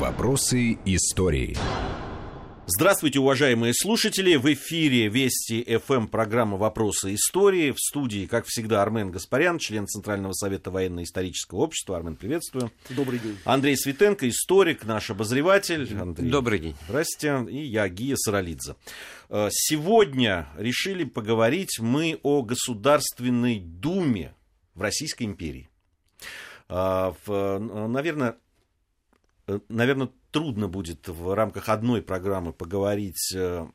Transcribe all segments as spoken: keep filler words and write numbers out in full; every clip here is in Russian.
Вопросы истории. Здравствуйте, уважаемые слушатели. В эфире Вести эф эм, программа «Вопросы истории». В студии, как всегда, Армен Гаспарян, член Центрального совета военно-исторического общества. Армен, приветствую. Добрый день. Андрей Светенко, историк, наш обозреватель. Андрей, добрый день. Здрасте. И я, Гия Саралидзе. Сегодня решили поговорить мы о Государственной Думе в Российской империи. Наверное, наверное, трудно будет в рамках одной программы поговорить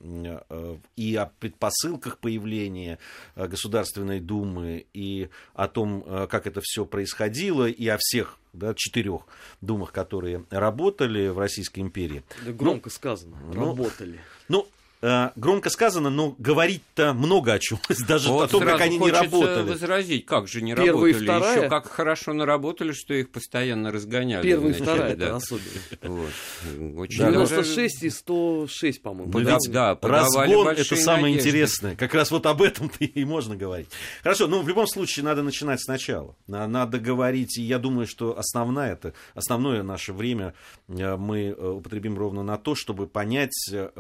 и о предпосылках появления Государственной Думы, и о том, как это все происходило, и о всех, да, четырех думах, которые работали в Российской империи. Да, громко ну, сказано, ну, работали. Ну, громко сказано, но говорить-то много о чем, даже вот о том, как они не работали. Возразить, как же не Первая работали, и вторая. Еще как хорошо наработали, что их постоянно разгоняли. Первая и значит, вторая, да. это особенно. Вот. Очень девяносто шесть и сто шесть, по-моему. Ну, да, да, разгон — это самое надежды. интересное. Как раз вот об этом-то и можно говорить. Хорошо, ну в любом случае надо начинать сначала. Надо говорить, и я думаю, что основное, это, основное наше время мы употребим ровно на то, чтобы понять,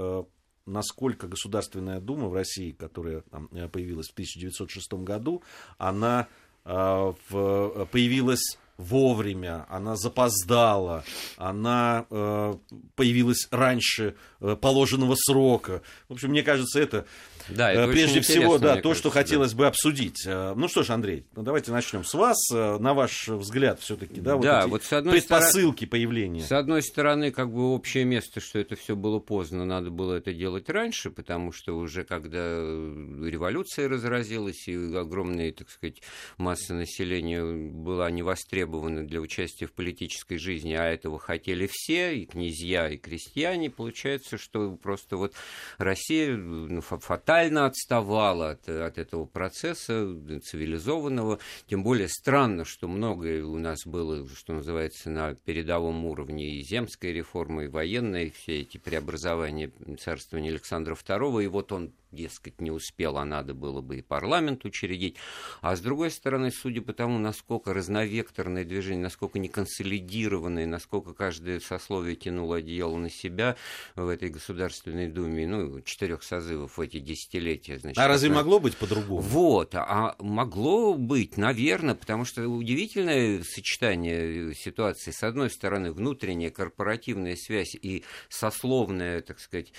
насколько Государственная Дума в России, которая там появилась в тысяча девятьсот шестом году, она э, в, появилась вовремя, она запоздала, она э, появилась раньше э, положенного срока. В общем, мне кажется, это, да, это э, прежде всего да, то, кажется, что хотелось да. бы обсудить. Ну что ж, Андрей, ну, давайте начнем с вас. На ваш взгляд, все-таки, да, да, вот эти вот с одной предпосылки стороны, появления. С одной стороны, как бы общее место, что это все было поздно, надо было это делать раньше, потому что уже когда революция разразилась и огромная, так сказать, масса населения была не востребована для участия в политической жизни, а этого хотели все, и князья, и крестьяне, получается, что просто вот Россия ну, фатально отставала от, от этого процесса цивилизованного, тем более странно, что многое у нас было, что называется, на передовом уровне, и земская реформа, и военная, и все эти преобразования царствования Александра второго, и вот он, дескать, не успел, а надо было бы и парламент учредить. А с другой стороны, судя по тому, насколько разновекторное движение, насколько неконсолидированное, насколько каждое сословие тянуло одеяло на себя в этой Государственной Думе, ну, четырех созывов в эти десятилетия. Значит, а разве на... могло быть по-другому? Вот, а могло быть, наверное, потому что удивительное сочетание ситуации. С одной стороны, внутренняя корпоративная связь и сословная, так сказать,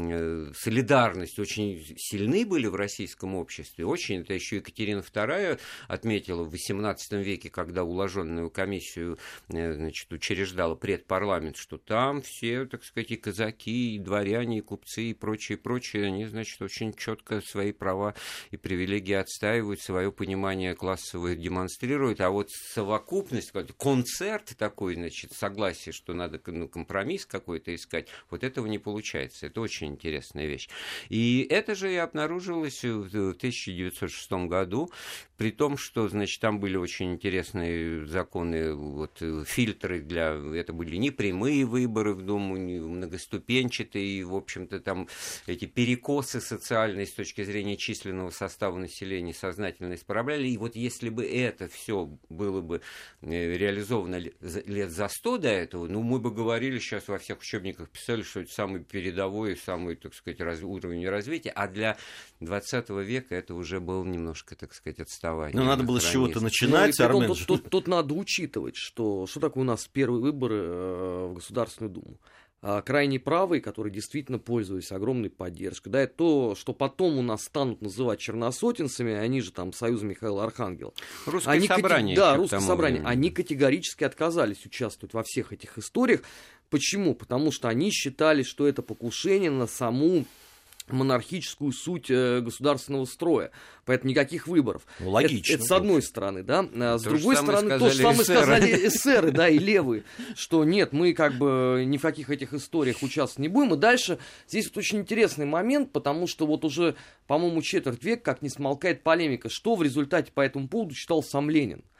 солидарность очень сильны были в российском обществе. Очень. Это еще Екатерина вторая отметила в восемнадцатом веке, когда уложенную комиссию, значит, учреждала предпарламент, что там все, так сказать, и казаки, и дворяне, и купцы, и прочие, прочие, они, значит, очень четко свои права и привилегии отстаивают, свое понимание классовое демонстрируют. А вот совокупность, концерт такой, значит, согласие, что надо ну, компромисс какой-то искать, вот этого не получается. Это очень интересная вещь. И это же и обнаружилось в тысяча девятьсот шестом году, при том, что, значит, там были очень интересные законы, вот, фильтры для... Это были не прямые выборы в Думу, не многоступенчатые, и, в общем-то, там эти перекосы социальные с точки зрения численного состава населения сознательно исправляли. И вот если бы это все было бы реализовано лет за сто до этого, ну, мы бы говорили, сейчас во всех учебниках писали, что это самый передовой, самый, так сказать, раз... уровень развития, а для двадцатого века это уже было немножко, так сказать, отставание. Ну, надо было с чего-то начинать, ну, Армен. Тут, тут, тут надо учитывать, что, что такое у нас первые выборы в Государственную Думу. Крайне правые, которые действительно пользовались огромной поддержкой. Да, это то, что потом у нас станут называть черносотенцами, они же там Союз Михаила Архангела. Русское они собрание. Да, русское собрание. Времени. Они категорически отказались участвовать во всех этих историях. Почему? Потому что они считали, что это покушение на саму монархическую суть э, государственного строя. Поэтому никаких выборов. Ну, логично. Это, это с одной стороны, да. А с то другой стороны, то же самое сказали эсеры, да, и левые, что нет, мы как бы ни в каких этих историях участвовать не будем. И дальше здесь вот очень интересный момент, потому что вот уже, по-моему, четверть века, как не смолкает полемика, что в результате по этому поводу считал сам Ленин.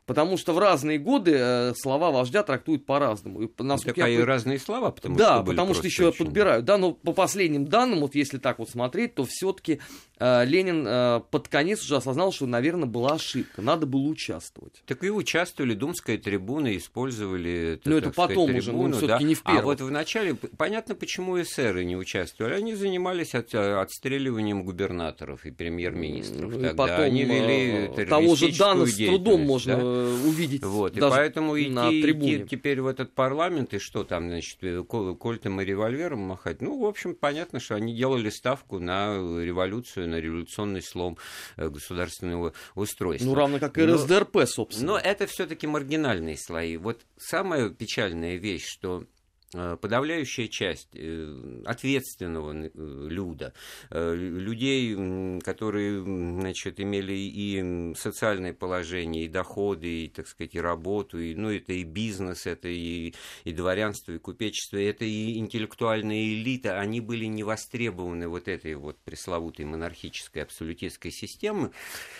Потому что в разные годы э, слова вождя трактуют по-разному. И, насколько я... и разные слова, потому да, что были потому что еще очень... подбирают. Да, но по последним данным, вот если так вот смотреть, то все-таки э, Ленин э, под конец уже осознал, что, наверное, была ошибка. Надо было участвовать. Так и участвовали, Думская трибуна, использовали... Ну, это потом сказать, уже, трибуну, ну, все-таки да? не в первом. А вот в начале, понятно, почему эсеры не участвовали. Они занимались от, отстреливанием губернаторов и премьер-министров. Ну, и Тогда потом, они вели э, того же Дана с трудом можно да? увидеть. Вот, и даже поэтому на идти, трибуне. идти теперь в этот парламент, и что там, значит, кольтом и револьвером махать, ну, в общем, понятно, что они делали ставку на революцию, на революционный слом государственного устройства. Ну, равно как и эр эс дэ эр пэ, собственно. Но это все-таки маргинальные слои. Вот самая печальная вещь, что подавляющая часть ответственного люда, людей, которые, значит, имели и социальное положение, и доходы, и, так сказать, и работу, и, ну, это и бизнес, это и, и дворянство, и купечество, это и интеллектуальная элита, они были не востребованы вот этой вот пресловутой монархической абсолютистской системы,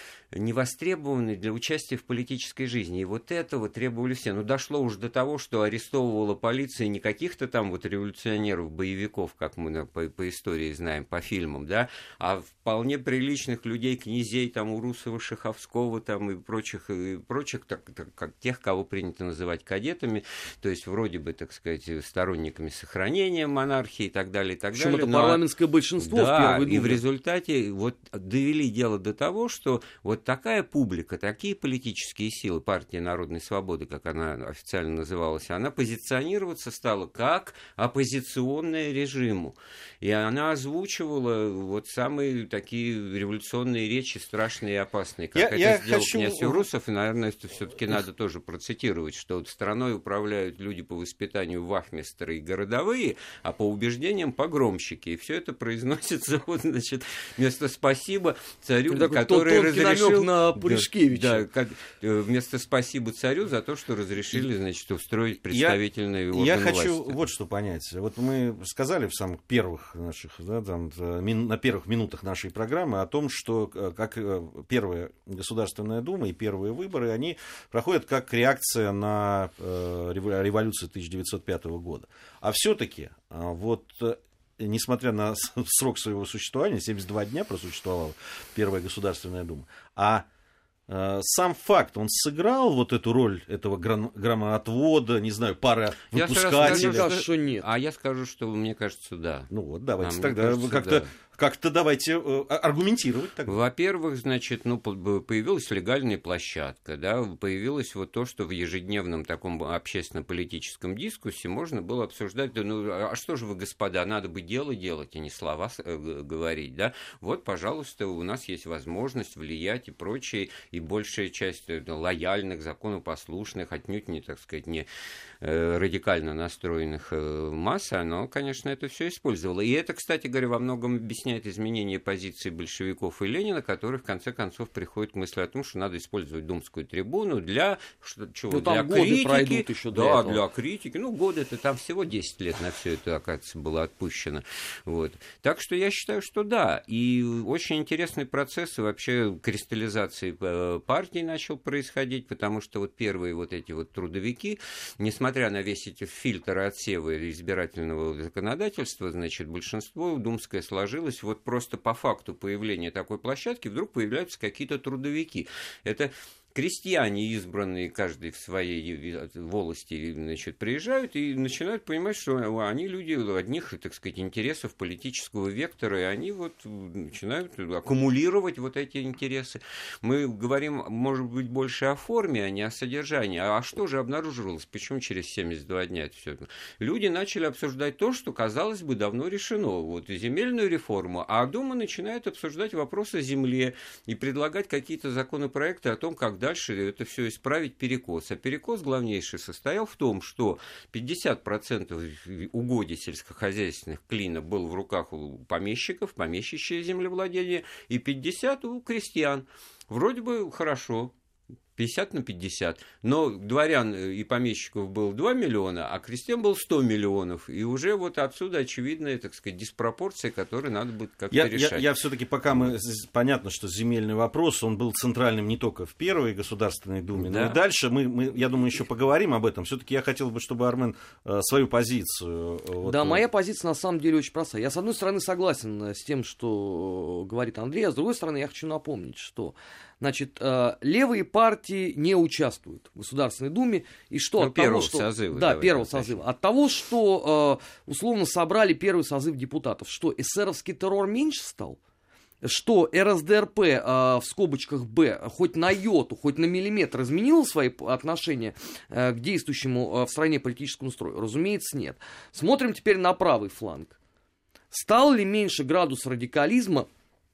не востребованы для участия в политической жизни. И вот этого требовали все. Ну, дошло уже до того, что арестовывала полиция не каких-то там вот революционеров, боевиков, как мы по, по истории знаем, по фильмам, да, а вполне приличных людей, князей, там, Урусова, Шаховского, там, и прочих, и прочих так, так, как тех, кого принято называть кадетами, то есть вроде бы, так сказать, сторонниками сохранения монархии и так далее, и так Причем далее. это Но, парламентское большинство да, в первой думе. И в результате вот довели дело до того, что вот такая публика, такие политические силы, партия Народной Свободы, как она официально называлась, она позиционироваться стала как оппозиционная режиму. И она озвучивала вот самые такие революционные речи, страшные и опасные, как я, это я сделал хочу... князь Урусов, и, наверное, это все-таки надо тоже процитировать, что вот страной управляют люди по воспитанию вахмистры и городовые, а по убеждениям погромщики. И все это произносится, вот, значит, вместо «спасибо» царю, да, который разрешил... на Пуришкевича. Да, да, как, вместо «спасибо царю» за то, что разрешили, значит, устроить представительные органы Я власти. хочу вот что понять. Вот мы сказали в самых первых наших, да, там, на первых минутах нашей программы о том, что как первая Государственная Дума и первые выборы, они проходят как реакция на революцию тысяча девятьсот пятого года. А все-таки вот... несмотря на срок своего существования, семьдесят два дня просуществовала Первая Государственная Дума, а э, сам факт, он сыграл вот эту роль этого грам- громоотвода, не знаю, пара выпускателей. Я скажу, что нет. А я скажу, что мне кажется, да. Ну вот, давайте а тогда кажется, как-то... да. Как-то давайте э, аргументировать тогда. Во-первых, значит, ну, появилась легальная площадка, да, появилось вот то, что в ежедневном таком общественно-политическом дискуссии можно было обсуждать, да, ну, а что же вы, господа, надо бы дело делать, а не слова говорить, да. Вот, пожалуйста, у нас есть возможность влиять и прочее, и большая часть лояльных, законопослушных, отнюдь не, так сказать, не э, радикально настроенных э, масс, оно, конечно, это все использовало. И это, кстати говоря, во многом объясняет изменение позиции большевиков и Ленина, которые в конце концов приходят к мысли о том, что надо использовать Думскую трибуну для, что, чего, ну, там для годы критики. Пройдут еще для да, этого. Для критики. Ну, годы это там всего десять лет на все это, оказывается, было отпущено. Вот. Так что я считаю, что да. И очень интересный процесс и вообще кристаллизации партий начал происходить, потому что вот первые вот эти вот трудовики, несмотря на весь эти фильтры отсева избирательного законодательства, значит, большинство думское сложилось вот просто по факту появления такой площадки вдруг появляются какие-то трудовики. Это крестьяне, избранные каждый в своей волости, значит, приезжают и начинают понимать, что они люди одних, так сказать, интересов политического вектора, и они вот начинают аккумулировать вот эти интересы. Мы говорим, может быть, больше о форме, а не о содержании. А что же обнаруживалось? Почему через семьдесят два дня это все? Люди начали обсуждать то, что, казалось бы, давно решено. Вот земельную реформу, а Дума начинает обсуждать вопросы о земле и предлагать какие-то законопроекты о том, как дальше это все исправить перекос. А перекос главнейший состоял в том, что пятьдесят процентов угодий сельскохозяйственных клина был в руках у помещиков, помещичье землевладение, и пятьдесят процентов у крестьян. Вроде бы хорошо. пятьдесят на пятьдесят, но дворян и помещиков было два миллиона, а крестьян было сто миллионов, и уже вот отсюда очевидная, так сказать, диспропорция, которую надо будет как-то я, решать. Я, я все-таки, пока мы, понятно, что земельный вопрос, он был центральным не только в первой Государственной Думе, да. но и дальше, мы, мы, я думаю, еще поговорим об этом. Все-таки я хотел бы, чтобы Армен э, свою позицию... Вот, да, моя позиция на самом деле очень простая. Я, с одной стороны, согласен с тем, что говорит Андрей, а с другой стороны, я хочу напомнить, что значит, э, левые партии не участвуют в Государственной Думе, и что ну, от первого того, что... созыва. Да, первого созыва. От того, что э, условно собрали первый созыв депутатов, что эсеровский террор меньше стал? Что эр эс дэ эр пэ э, в скобочках Б хоть на йоту, хоть на миллиметр изменило свои отношения э, к действующему э, в стране политическому строю? Разумеется, нет. Смотрим теперь на правый фланг. Стал ли меньше градус радикализма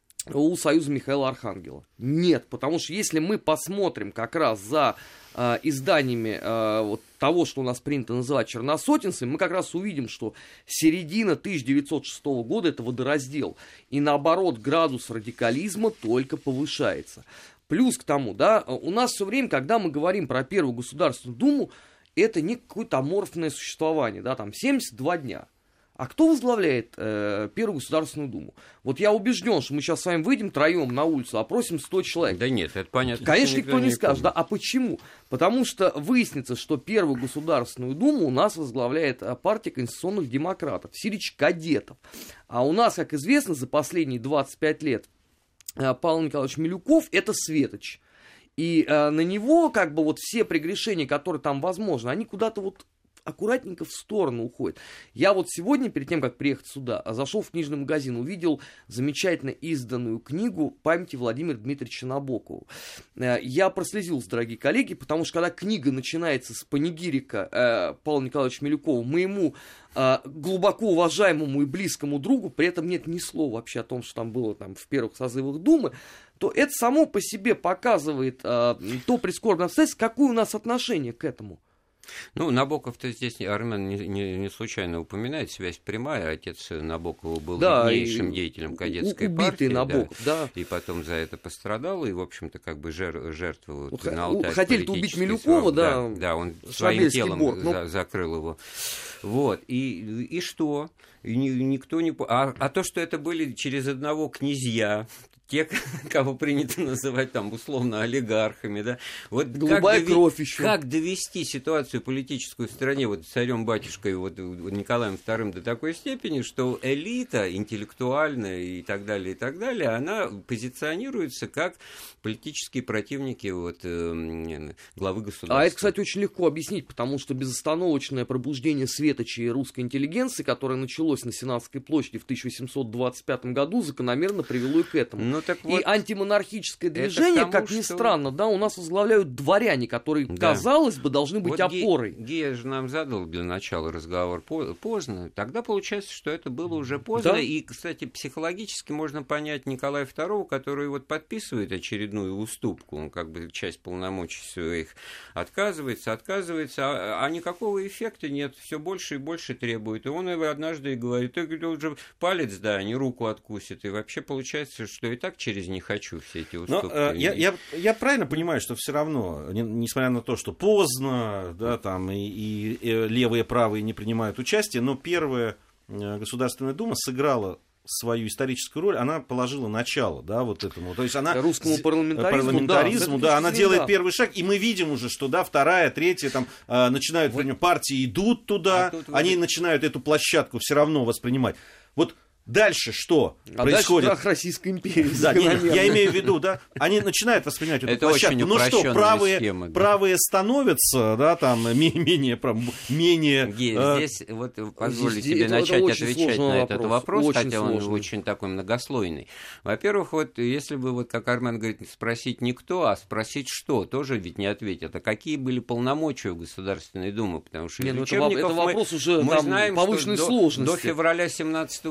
у Союза Михаила Архангела? Нет, потому что если мы посмотрим как раз за э, изданиями э, вот того, что у нас принято называть черносотенцами, мы как раз увидим, что середина тысяча девятьсот шестого года это водораздел, и наоборот градус радикализма только повышается. Плюс к тому, да, у нас все время, когда мы говорим про Первую Государственную Думу, это не какое-то аморфное существование, да, там семьдесят два дня. А кто возглавляет э, Первую Государственную Думу? Вот я убежден, что мы сейчас с вами выйдем троем на улицу, опросим сто человек. Да нет, это понятно. Конечно, никто не скажет. Да, а почему? Потому что выяснится, что Первую Государственную Думу у нас возглавляет партия конституционных демократов, Сирич Кадетов. А у нас, как известно, за последние двадцать пять лет Павел Николаевич Милюков — это светоч. И э, на него как бы вот все прегрешения, которые там возможны, они куда-то вот аккуратненько в сторону уходит. Я вот сегодня, перед тем, как приехать сюда, зашел в книжный магазин, увидел замечательно изданную книгу «Памяти Владимира Дмитриевича Набокова». Я прослезился, дорогие коллеги, потому что когда книга начинается с панигирика э, Павла Николаевича Милюкова, моему э, глубоко уважаемому и близкому другу, при этом нет ни слова вообще о том, что там было там, в первых созывах Думы, то это само по себе показывает э, то прискорбное обстоятельство, какое у нас отношение к этому. Ну, Набоков-то здесь Армен не, не, не случайно упоминает, связь прямая. Отец Набокова был да, виднейшим деятелем кадетской убитый партии. Набоков, да, да. И потом за это пострадал, и, в общем-то, как бы жер, жертвовал вот, на алтарь. Хотели-то убить Милюкова, да. Да, да, он своим телом борт, но... за, закрыл его. Вот, и, и что? И никто не... А, а то, что это были через одного князья, те, кого принято называть там условно олигархами, да, вот голубая как, кровь дови- еще. Как довести ситуацию политическую в стране вот царем-батюшкой, вот Николаем вторым до такой степени, что элита интеллектуальная и так далее, и так далее, она позиционируется как политические противники вот, э, главы государства. А это, кстати, очень легко объяснить, потому что безостановочное пробуждение светочей русской интеллигенции, которое началось на Сенатской площади в тысяча восемьсот двадцать пятом году, закономерно привело и к этому. Ну, так и вот, антимонархическое движение, тому, как ни что... странно, да, у нас возглавляют дворяне, которые, да. казалось бы, должны быть вот опорой. Гея же нам задал для начала разговор поздно. Тогда получается, что это было уже поздно. Да? И, кстати, психологически можно понять Николая второго, который вот подписывает очередную уступку. Он как бы часть полномочий своих отказывается, отказывается, а, а никакого эффекта нет. Все больше и больше требует. И он однажды и говорит, ты уже палец, да, а не руку откусит. И вообще получается, что и так через «не хочу» все эти уступки. Но, э, я, я, я правильно понимаю, что все равно, не, несмотря на то, что поздно, да, там и, и, и левые и правые не принимают участие, но первая Государственная Дума сыграла свою историческую роль, она положила начало, да, вот этому, то есть она русскому парламентаризму, парламентаризму да, да, она делает да. первый шаг, и мы видим уже, что, да, вторая, третья, там, э, начинают, вот. партии идут туда, а они вот... начинают эту площадку все равно воспринимать. Вот дальше что а происходит? Дальше крах Российской империи. Да, не, я имею в виду, да, они начинают воспринимать эту это площадку. Ну что, правые, схема, да. правые становятся, да, там, менее, менее... Ге, э... Здесь, вот, позволю здесь, тебе это, начать это отвечать на вопрос, этот вопрос, очень хотя сложный. он очень такой многослойный. Во-первых, вот, если бы, вот, как Армен говорит, спросить не кто, а спросить что, тоже ведь не ответят. А какие были полномочия у Государственной Думы? Потому что не, из ну учебников это, это вопрос мы, уже мы там, знаем, повышенной что сложности. До, до февраля семнадцатого года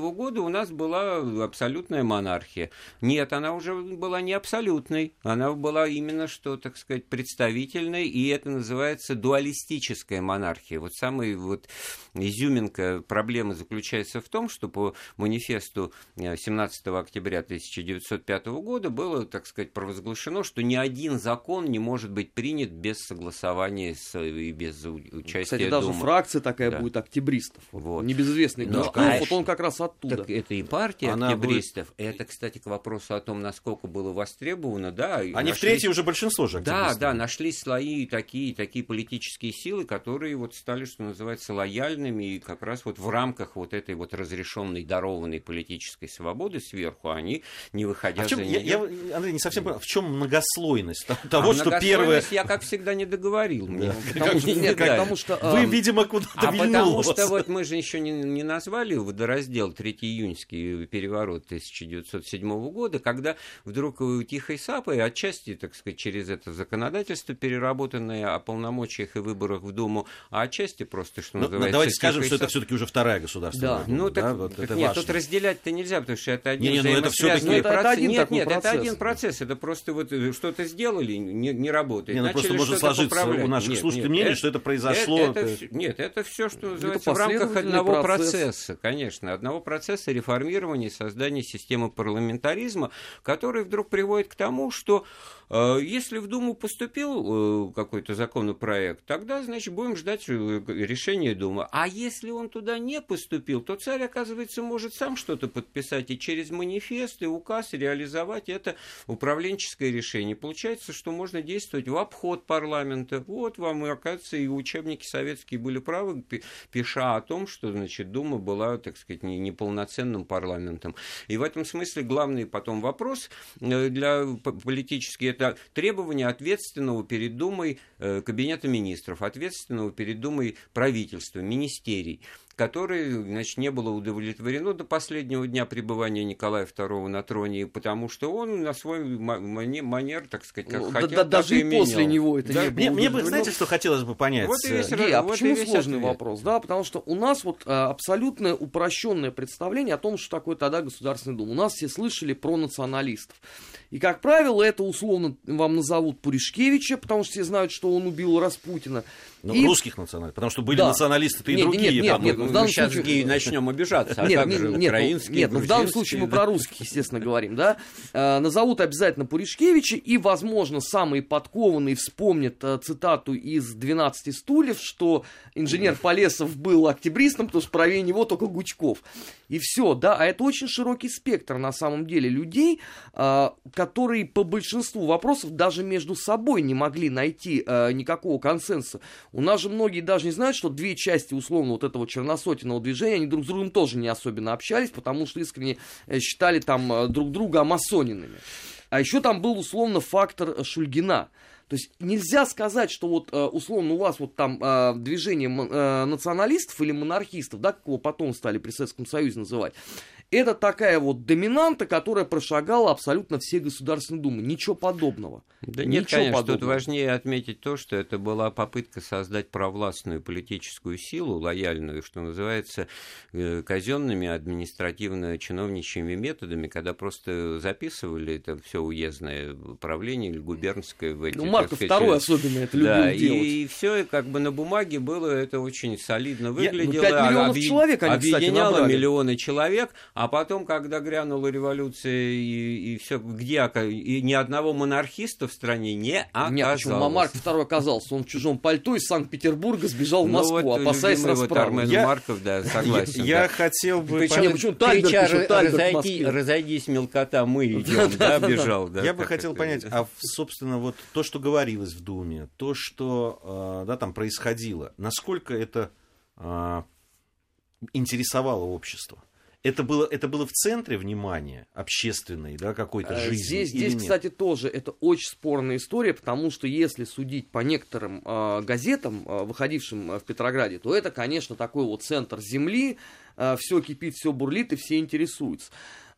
года у нас была абсолютная монархия. Нет, она уже была не абсолютной, она была именно, что, так сказать, представительной, и это называется дуалистическая монархия. Вот самая вот изюминка проблемы заключается в том, что по манифесту семнадцатого октября тысяча девятьсот пятого года было, так сказать, провозглашено, что ни один закон не может быть принят без согласования с, и без участия Кстати, даже Думы. фракция такая Да. будет октябристов. Вот. Небезызвестный Ну, Гучков, а вот он как раз оттуда. Так это и партия Она октябристов. будет- Это, кстати, к вопросу о том, насколько было востребовано. Да, Они нашлись... в третьей уже большинство же Да, октябристов. да, нашлись слои такие, такие политические силы, которые вот стали, что называется, лояльными, и как раз вот в рамках вот этой вот разрешенной, дарованной политической свободы сверху, они, не выходя А в чем, за я, нее... я, Андрей, не совсем понял, в чем многослойность того, А что многослойность первое... я, как всегда, не договорил. Мне Потому что, не нет, дали. потому что, Вы, а, видимо, куда-то А вильнуло потому вас. что вот мы же еще не, не назвали водораздел третьеиюньский переворот тысяча девятьсот седьмого года, когда вдруг тихой сапой, отчасти, так сказать, через это законодательство, переработанное о полномочиях и выборах в Думу, а отчасти просто, что Ну, называется... давайте скажем, тихой что это сап- все-таки уже вторая государственная Да. Дума, Ну, так, да, вот так это нет, важно. тут разделять-то нельзя, потому что это один Не-не, ну, это взаимосвязанный всё-таки- Это- это процесс. один Нет, такой нет, это процесс. один процесс. Это просто вот э, что-то сделали, не, не работает. Не, ну, просто Начали может что-то сложиться поправлять. у наших Нет, слушателей нет, мнение, это- что это произошло... Это, это это- всё- нет, это все, что называется, в рамках последовательный одного процесс. процесса, конечно, одного процесса реформирования, создания системы парламентаризма, который вдруг приводит к тому, что э, если в Думу поступил э, какой-то законопроект, тогда, значит, будем ждать э, решения Думы. А если он туда не поступил, то царь, оказывается, может сам что-то подписать и через манифест и указ реализовать это управленческое решение. Получается, что можно действовать в обход парламента. Вот вам, и, оказывается, и учебники советские были правы, пи- пиша о том, что, значит, Дума была, так сказать, не- неполноценным парламентом. И в этом смысле главный потом вопрос э, для п- политический — это требование ответственного перед Думой э, Кабинета министров, ответственного перед Думой правительства, министерий, которое, значит, не было удовлетворено до последнего дня пребывания Николая второго на троне, потому что он на свой ма- мане- манер, так сказать, как Ну, хотел, да- да- так даже и менял. после него это Да, не было. Мне, мне бы, удовлетворено. знаете, что хотелось бы понять? Вот и весь Гей, а вот и почему весь сложный ответ. вопрос? Да, потому что у нас вот а, абсолютное упрощенное представление о том, что такое тогда Государственная Дума. У нас все слышали про националистов. И, как правило, это условно вам назовут Пуришкевича, потому что все знают, что он убил Распутина. Ну, И- русских националистов, потому что были Да. националисты-то и Нет, другие. нет, нет, там, нет, ну, ну, в данном Мы сейчас случае- геи начнем обижаться, а Нет, как нет, же нет, ну, украинские, нет, ну в данном грузинские, случае мы да? про русских, естественно, говорим, да. Э, назовут обязательно Пуришкевича, и, возможно, самые подкованные вспомнят э, цитату из «двенадцати стульев», что инженер Полесов был октябристом, потому что правее него только Гучков. И все, да, а это очень широкий спектр, на самом деле, людей, э, которые по большинству вопросов даже между собой не могли найти э, никакого консенсуса. У нас же многие даже не знают, что две части, условно, вот этого черносотенного движения, они друг с другом тоже не особенно общались, потому что искренне э, считали там э, друг друга амасонинами. А еще там был, условно, фактор Шульгина. То есть нельзя сказать, что вот э, условно у вас вот там э, движение м- э, националистов или монархистов, да, как его потом стали при Советском Союзе называть, это такая вот доминанта, которая прошагала абсолютно все Государственные Думы. Ничего подобного. Да нет, Ничего конечно, тут подобного. важнее отметить то, что это была попытка создать провластную политическую силу, лояльную, что называется, э, казенными административно-чиновничьими методами, когда просто записывали это все уездное правление или губернское в эти, Ну, так Марков сказать, второй особенно это любил да, делать. и, все как бы на бумаге было это очень солидно выглядело. пять миллионов объ- человек они, кстати, объединяло набрали. миллионы человек, а потом, когда грянула революция и, и все, где ока- и ни одного монархиста в стране не оказалось. Нет, почему Марков второй оказался? Он в чужом пальто из Санкт-Петербурга сбежал в Ну, Москву, вот опасаясь любимый вот расправы. Армен Я- Марков, да, Я, согласен. я да. хотел бы... Причем, Не, почему Тальберг крича, еще, Тальберг в разойди- Москве. разойдись, мелкота, мы идем, да, бежал. да, Я бы как хотел это- понять, а, собственно, вот то, что говорилось в Думе, то, что э, да, там происходило, насколько это э, интересовало общество? Это было, это было в центре внимания общественной, да, какой-то Э, жизни? Здесь, или здесь нет? кстати, тоже это очень спорная история, потому что если судить по некоторым э, газетам, э, выходившим э, в Петрограде, то это, конечно, такой вот центр земли, все кипит, все бурлит и все интересуются.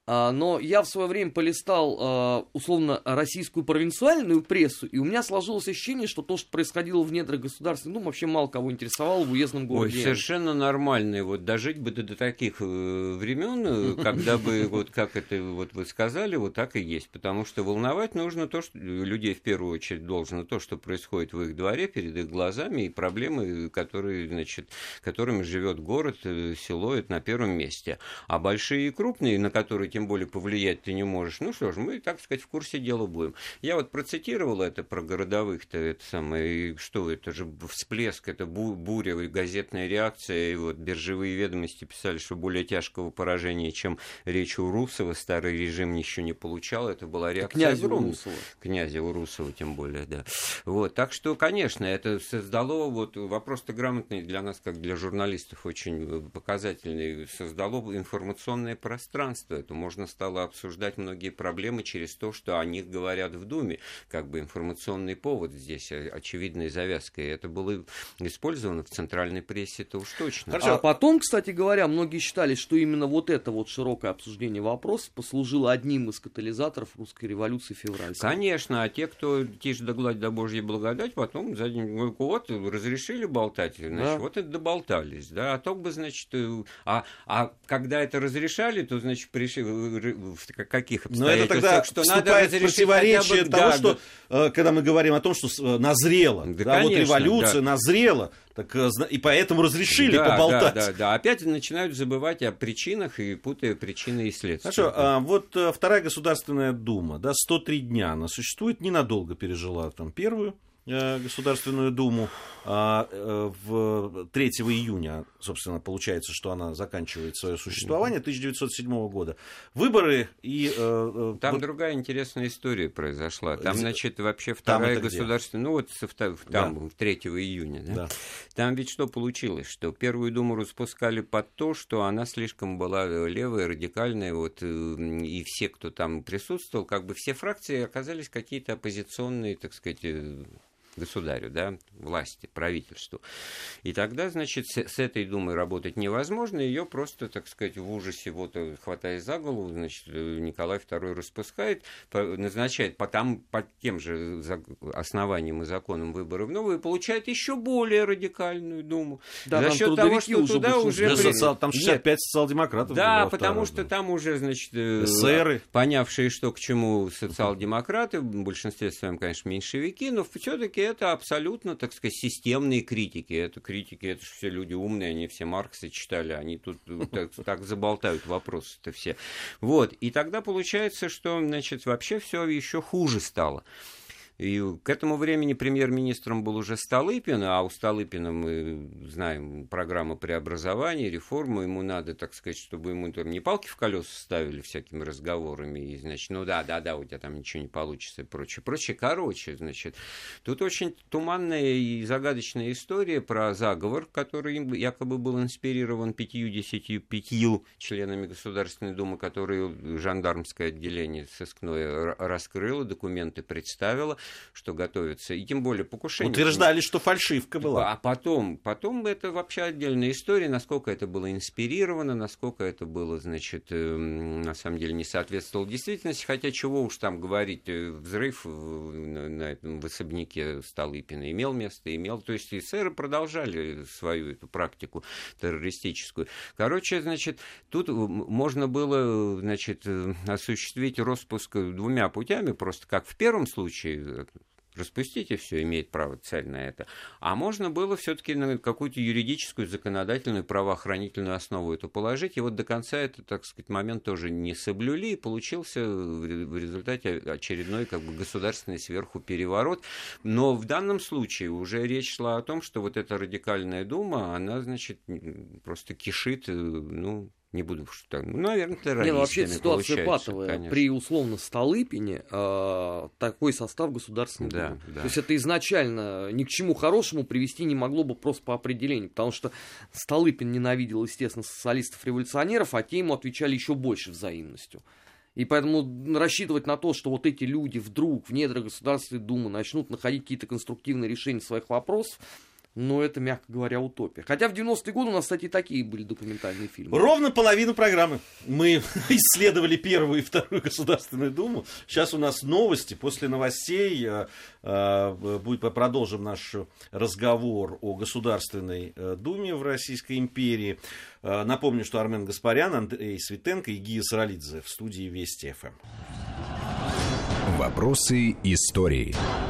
А, но я в свое время полистал, а, условно, российскую провинциальную прессу, и у меня сложилось ощущение, что то, что происходило в недрах Государственной Думы, вообще мало кого интересовало в уездном городе. Ой, совершенно нормально. Вот дожить бы до, до таких э, времен, когда бы, вот как это вот вы сказали, вот так и есть. Потому что волновать нужно то, что людей в первую очередь должно то, что происходит в их дворе, перед их глазами, и проблемы, которые, значит, которыми живет город, село, это на первом месте. А большие и крупные, на которые тем более повлиять ты не можешь. Ну что ж, мы, так сказать, в курсе дела будем. Я вот процитировал это про городовых-то, это самое, и что, это же всплеск, это буря, газетная реакция, и вот биржевые ведомости писали, что более тяжкого поражения, чем речь Урусова, старый режим еще не получал, это была реакция огромная. Урусова. Князя Урусова, тем более, да. Вот, так что, конечно, это создало, вот вопрос-то грамотный для нас, как для журналистов, очень показательный, создало информационное пространство, это можно стало обсуждать многие проблемы через то, что о них говорят в Думе, как бы информационный повод здесь, очевидной завязкой. Это было использовано в центральной прессе, это уж точно. Хорошо. А потом, кстати говоря, многие считали, что именно вот это вот широкое обсуждение вопроса послужило одним из катализаторов русской революции февральской. Конечно, а те, кто тише да гладь да Божья благодать, потом за день, вот, разрешили болтать, значит, да. Вот это доболтались, да, а то бы, значит, а, а когда это разрешали, то, значит, пришли в каких обстоятельствах, но это тогда что вступает надо в противоречие бы, того, да, что, да. Когда мы говорим о том, что назрело, да, да, конечно, вот революция да. назрела, так, и поэтому разрешили да, поболтать. Да, да, да, опять начинают забывать о причинах и путая причины и следствия. Хорошо, а вот Вторая Государственная Дума, да, сто три дня она существует, ненадолго пережила там первую Государственную Думу. В третьего июня, собственно, получается, что она заканчивает свое существование, тысяча девятьсот седьмого года. Выборы и... Там вот... другая интересная история произошла. Там, значит, вообще Вторая Государственная... Ну, вот там, да. третьего июня. Да? Да. Там ведь что получилось? Что Первую Думу распускали под то, что она слишком была левая, радикальная, вот, и все, кто там присутствовал, как бы все фракции оказались какие-то оппозиционные, так сказать... государю, да, власти, правительству. И тогда, значит, с, с этой Думой работать невозможно, ее просто, так сказать, в ужасе, вот, хватая за голову, значит, Николай второй распускает, по, назначает по, там, по тем же основаниям и законам выборов новые, и получает еще более радикальную Думу. Да, за счет того, что уже туда уже... При... Социал... Там шестьдесят пять Нет. социал-демократов. Да, потому что да. там уже, значит, эсеры, понявшие, что к чему социал-демократы, в большинстве своем, конечно, меньшевики, но все-таки это абсолютно, так сказать, системные критики. Это критики, это же все люди умные, они все Маркса читали, они тут так, так заболтают вопросы-то все. Вот. И тогда получается, что, значит, вообще все еще хуже стало. И к этому времени премьер-министром был уже Столыпин, а у Столыпина, мы знаем, программа преобразования, реформы, ему надо, так сказать, чтобы ему там не палки в колеса ставили всякими разговорами, и, значит, ну да, да, да, у тебя там ничего не получится и прочее, прочее. Короче, значит, тут очень туманная и загадочная история про заговор, который якобы был инспирирован пятьюдесятью пятью членами Государственной Думы, которые жандармское отделение сыскное раскрыло, документы представило, что готовится, и тем более покушение. Утверждали, что фальшивка была. А потом, потом это вообще отдельная история, насколько это было инспирировано, насколько это было, значит, на самом деле не соответствовало действительности, хотя чего уж там говорить, взрыв на этом в особняке Столыпина имел место, имел, то есть эсеры продолжали свою эту практику террористическую. Короче, значит, тут можно было, значит, осуществить распуск двумя путями, просто как в первом случае, распустите все, имеет право царь на это. А можно было все-таки на какую-то юридическую, законодательную, правоохранительную основу это положить. И вот до конца этот, так сказать, момент тоже не соблюли, и получился в результате очередной как бы государственный сверху переворот. Но в данном случае уже речь шла о том, что вот эта радикальная дума, она, значит, просто кишит, ну, не буду, что ну, наверное, террористами. Не, ну, вообще ситуация патовая. Конечно. При условно Столыпине э, такой состав Государственной да, Думы. да. То есть это изначально ни к чему хорошему привести не могло бы просто по определению, потому что Столыпин ненавидел, естественно, социалистов-революционеров, а те ему отвечали еще больше взаимностью. И поэтому рассчитывать на то, что вот эти люди вдруг в недрах Государственной Думы начнут находить какие-то конструктивные решения своих вопросов, Но это, мягко говоря, утопия. Хотя в девяностые годы у нас, кстати, и такие были документальные фильмы. Ровно половину программы. Мы исследовали Первую и Вторую Государственную Думу. Сейчас у нас новости. После новостей э, э, будет, продолжим наш разговор о Государственной Думе в Российской империи. Э, напомню, что Армен Гаспарян, Андрей Светенко и Гия Саралидзе в студии Вести ФМ. Вопросы истории.